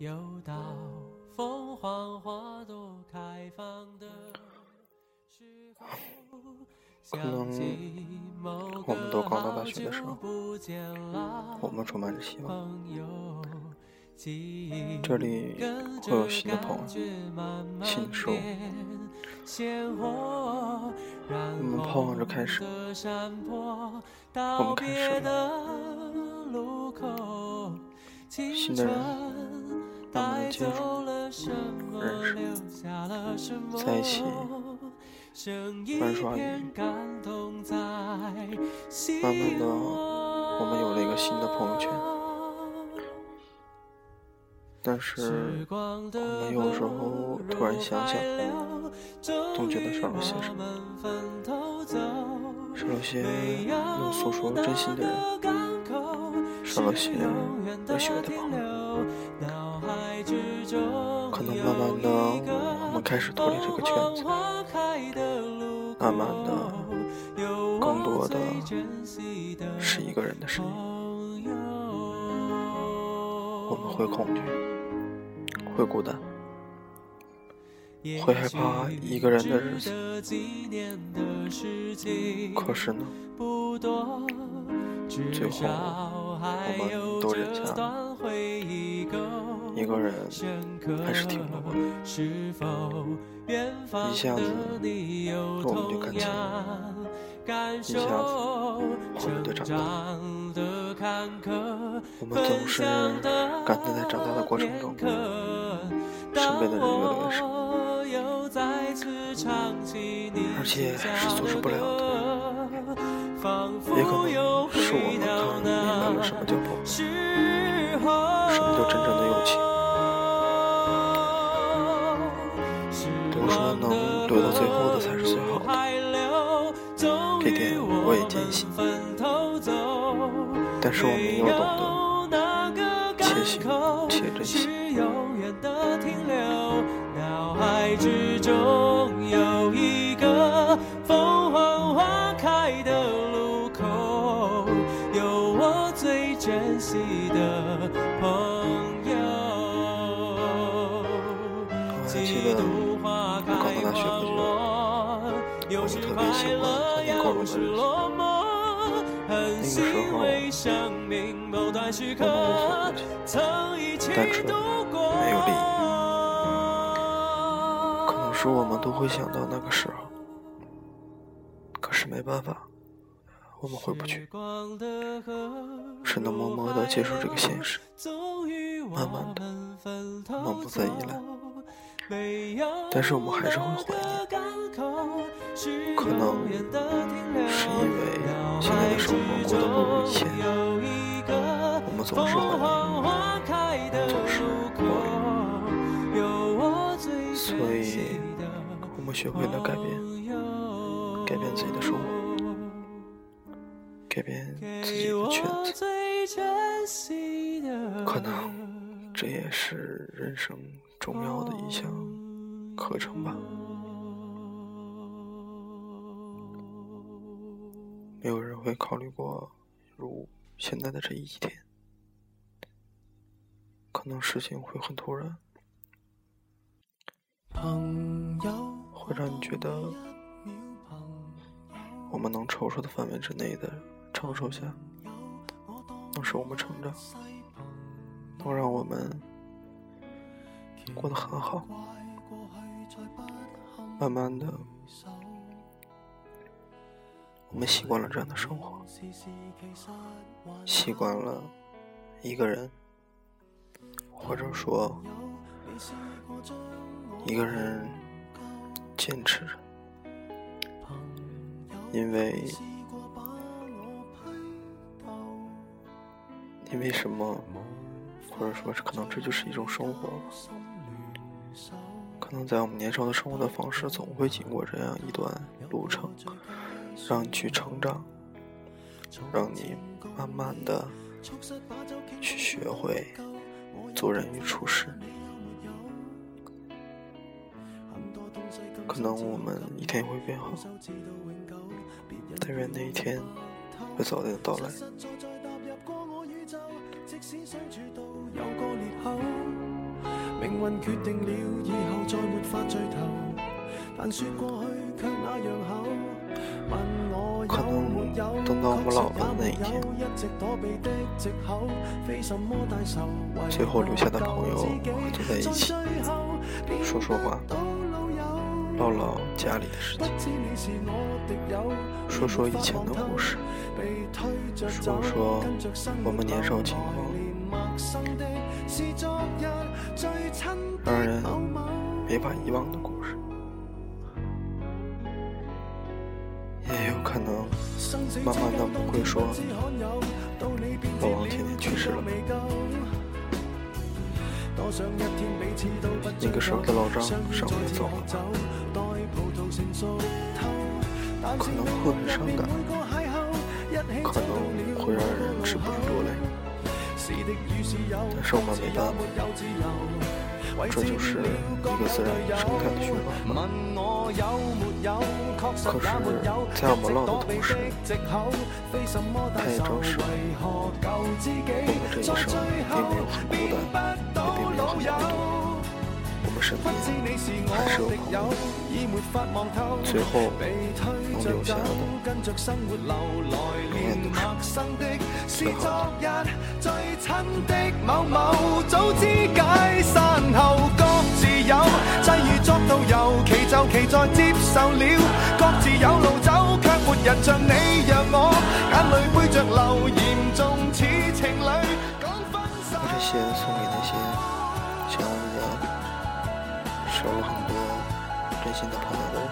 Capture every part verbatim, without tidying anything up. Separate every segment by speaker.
Speaker 1: 又到凤凰花朵开放的时候，
Speaker 2: 可能我们都刚到大学的时候，我们充满着希望，这里会有新的朋友，新的事物，我们盼望着开始，我们开始了，新的人慢慢的接触、认识，在一起玩耍语，慢慢的我们有了一个新的朋友圈。但是我们有时候突然想想，总觉得少了些什么，少了些能诉说真心的人，少了些热血的朋友。可能慢慢的我们开始脱离这个圈子，慢慢的更多的是一个人的声音。我们会恐惧，会孤单，会害怕一个人的日子。可是呢，最后我们都忍下了，一个人还是挺了过来，一下子我们就看清了，一下子我们就长大了。我们总是感觉在长大的过程中，身边的人越来越少，而且是阻止不了的。也可能是我们看明白了什么叫朋友，什么叫真正的友情。都说能留到最后的才是最好的，这点我也坚信。但是我们也要懂得且行且珍惜。脑海之中有一个凤凰花开的路口，有我最珍惜的朋友。我还记得我刚到大学不久，我们特别喜欢童年高中的日子。那个时候我们无所顾忌，单纯没有利益。可能是我们都会想到那个时候，可是没办法，我们回不去，只能默默地接受这个现实，慢慢的我们不再依赖，但是我们还是会怀念。可能是因为现在的生活过得不如以前，我们总是怀念，总是抱怨，所以我们学会了改变，改变自己的生活，改变自己的圈子。可能这也是人生重要的一项课程吧。没有人会考虑过如现在的这一天，可能事情会很突然，会让你觉得我们能承受的范围之内的承受下，能使我们成长，能让我们过得很好。慢慢的我们习惯了这样的生活，习惯了一个人，或者说一个人坚持着，因为因为什么，或者说可能这就是一种生活吧。可能在我们年少的生活的方式总会经过这样一段路程，让你去成长，让你慢慢的去学会做人与处事。可能我们一天会变好，但愿那一天会早点到来。
Speaker 1: 即使相處到有個裂口， 命運決定了以後再沒法聚頭，但說過去卻那樣厚。
Speaker 2: 可能等到我們老了的那一天，最後留下的朋友會坐在一起，說說話，嘮嘮家裡的事情，說說以前的故事，說說我們年少輕狂，讓人沒法遺忘的故事。也有可能慢慢的不會說老王天天去世了，那個時候的老張上回走了，可能會很傷感，可能會讓人止不住落淚，但是我們沒辦法，這就是一個自然生態的循環。可是在我們老的同時，他也正是我們這一生並沒有很孤單，也並沒有很孤獨，我們身邊還是有朋友，最後能留下的永遠都是最好的。某某早知解散後各自有際遇作導遊，其就其在接受了各自有路走，卻沒人像你讓我眼淚背着流，嚴重似情侶講分手。把這些送給那些想我們的少了很多真心的朋友們，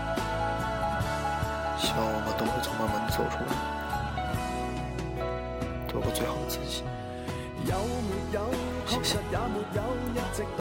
Speaker 2: 希望我們都會從慢慢的走出來，做個最好的自己。謝謝。